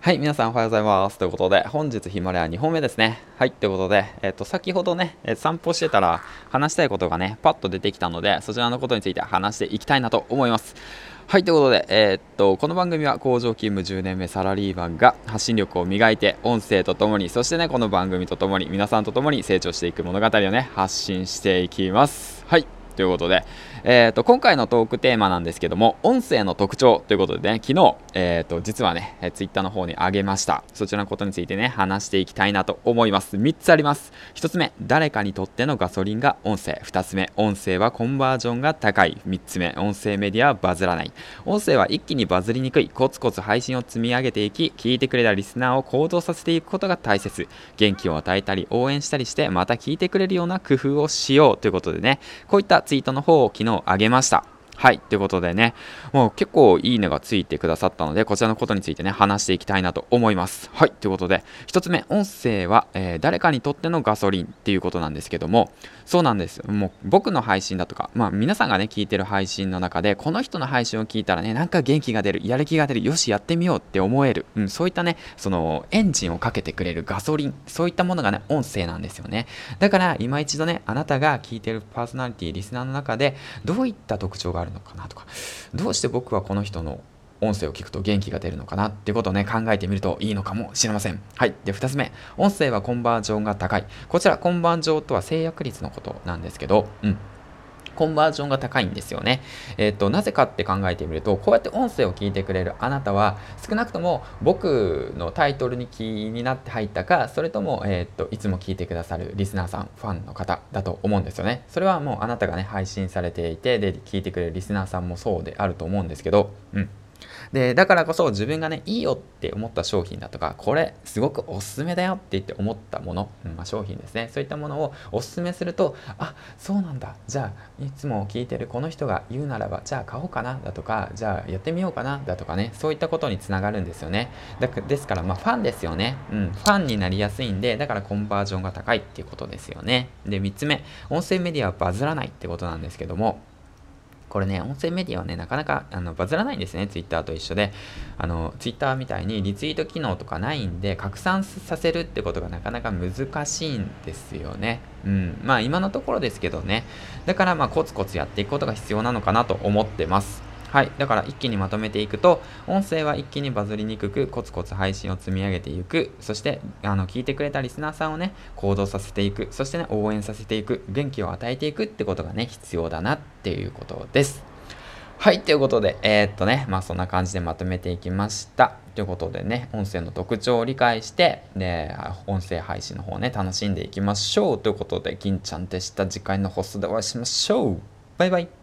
はい、皆さんおはようございます。ということで、本日ヒマラヤ2本目ですね。はい、ということで、先ほどね、散歩してたら話したいことがね、パッと出てきたので、そちらのことについて話していきたいなと思います。はい、ということで、この番組は工場勤務10年目サラリーマンが発信力を磨いて、音声とともに、そしてね、この番組とともに、皆さんとともに成長していく物語をね、発信していきます。はい。ということで、今回のトークテーマなんですけども、音声の特徴ということでね、昨日、実はね、ツイッターの方に上げました。そちらのことについてね、話していきたいなと思います。3つあります。1つ目、誰かにとってのガソリンが音声。2つ目、音声はコンバージョンが高い。3つ目、音声メディアはバズらない。音声は一気にバズりにくい。コツコツ配信を積み上げていき、聞いてくれたリスナーを行動させていくことが大切。元気を与えたり、応援したりして、また聞いてくれるような工夫をしようということでね、こういったツイートの方を昨日上げました。はい。ということでね、もう結構いいねがついてくださったので、こちらのことについてね、話していきたいなと思います。はい。ということで、一つ目、音声は、誰かにとってのガソリンっていうことなんですけども、そうなんです。もう僕の配信だとか、皆さんがね、聞いてる配信の中で、この人の配信を聞いたらね、なんか元気が出る、やる気が出る、よし、やってみようって思える、そういったね、そのエンジンをかけてくれるガソリン、そういったものがね、音声なんですよね。だから、今一度ね、あなたが聞いてるパーソナリティ、リスナーの中で、どういった特徴があるのかなとか、どうして僕はこの人の音声を聞くと元気が出るのかなっていうことをね、考えてみるといいのかもしれません。はい。で、2つ目。音声はコンバージョンが高い。こちら、コンバージョンとは制約率のことなんですけど、コンバージョンが高いんですよね。なぜかって考えてみると、こうやって音声を聞いてくれるあなたは、少なくとも僕のタイトルに気になって入ったか、それとも、いつも聞いてくださるリスナーさん、ファンの方だと思うんですよね。それはもうあなたがね、配信されていて、で、聞いてくれるリスナーさんもそうであると思うんですけど、で、だからこそ自分がね、いいよって思った商品だとか、これすごくおすすめだよって言って思ったもの、商品ですね。そういったものをおすすめすると、あ、そうなんだ。じゃあ、いつも聞いてるこの人が言うならば、じゃあ買おうかなだとか、じゃあやってみようかなだとかね、そういったことにつながるんですよね。ですから、ファンですよね。ファンになりやすいんで、だからコンバージョンが高いっていうことですよね。で、3つ目、音声メディアはバズらないってことなんですけども、これね、音声メディアはね、なかなかバズらないんですね、ツイッターと一緒で。ツイッターみたいにリツイート機能とかないんで、拡散させるってことがなかなか難しいんですよね。今のところですけどね。だからコツコツやっていくことが必要なのかなと思ってます。はい。だから一気にまとめていくと、音声は一気にバズりにくく、コツコツ配信を積み上げていく。そして、聞いてくれたリスナーさんをね、行動させていく。そしてね、応援させていく。元気を与えていくってことがね、必要だなっていうことです。はい。ということで、そんな感じでまとめていきました。ということでね、音声の特徴を理解して、で、音声配信の方ね、楽しんでいきましょう。ということで、銀ちゃんでした。次回の放送でお会いしましょう。バイバイ。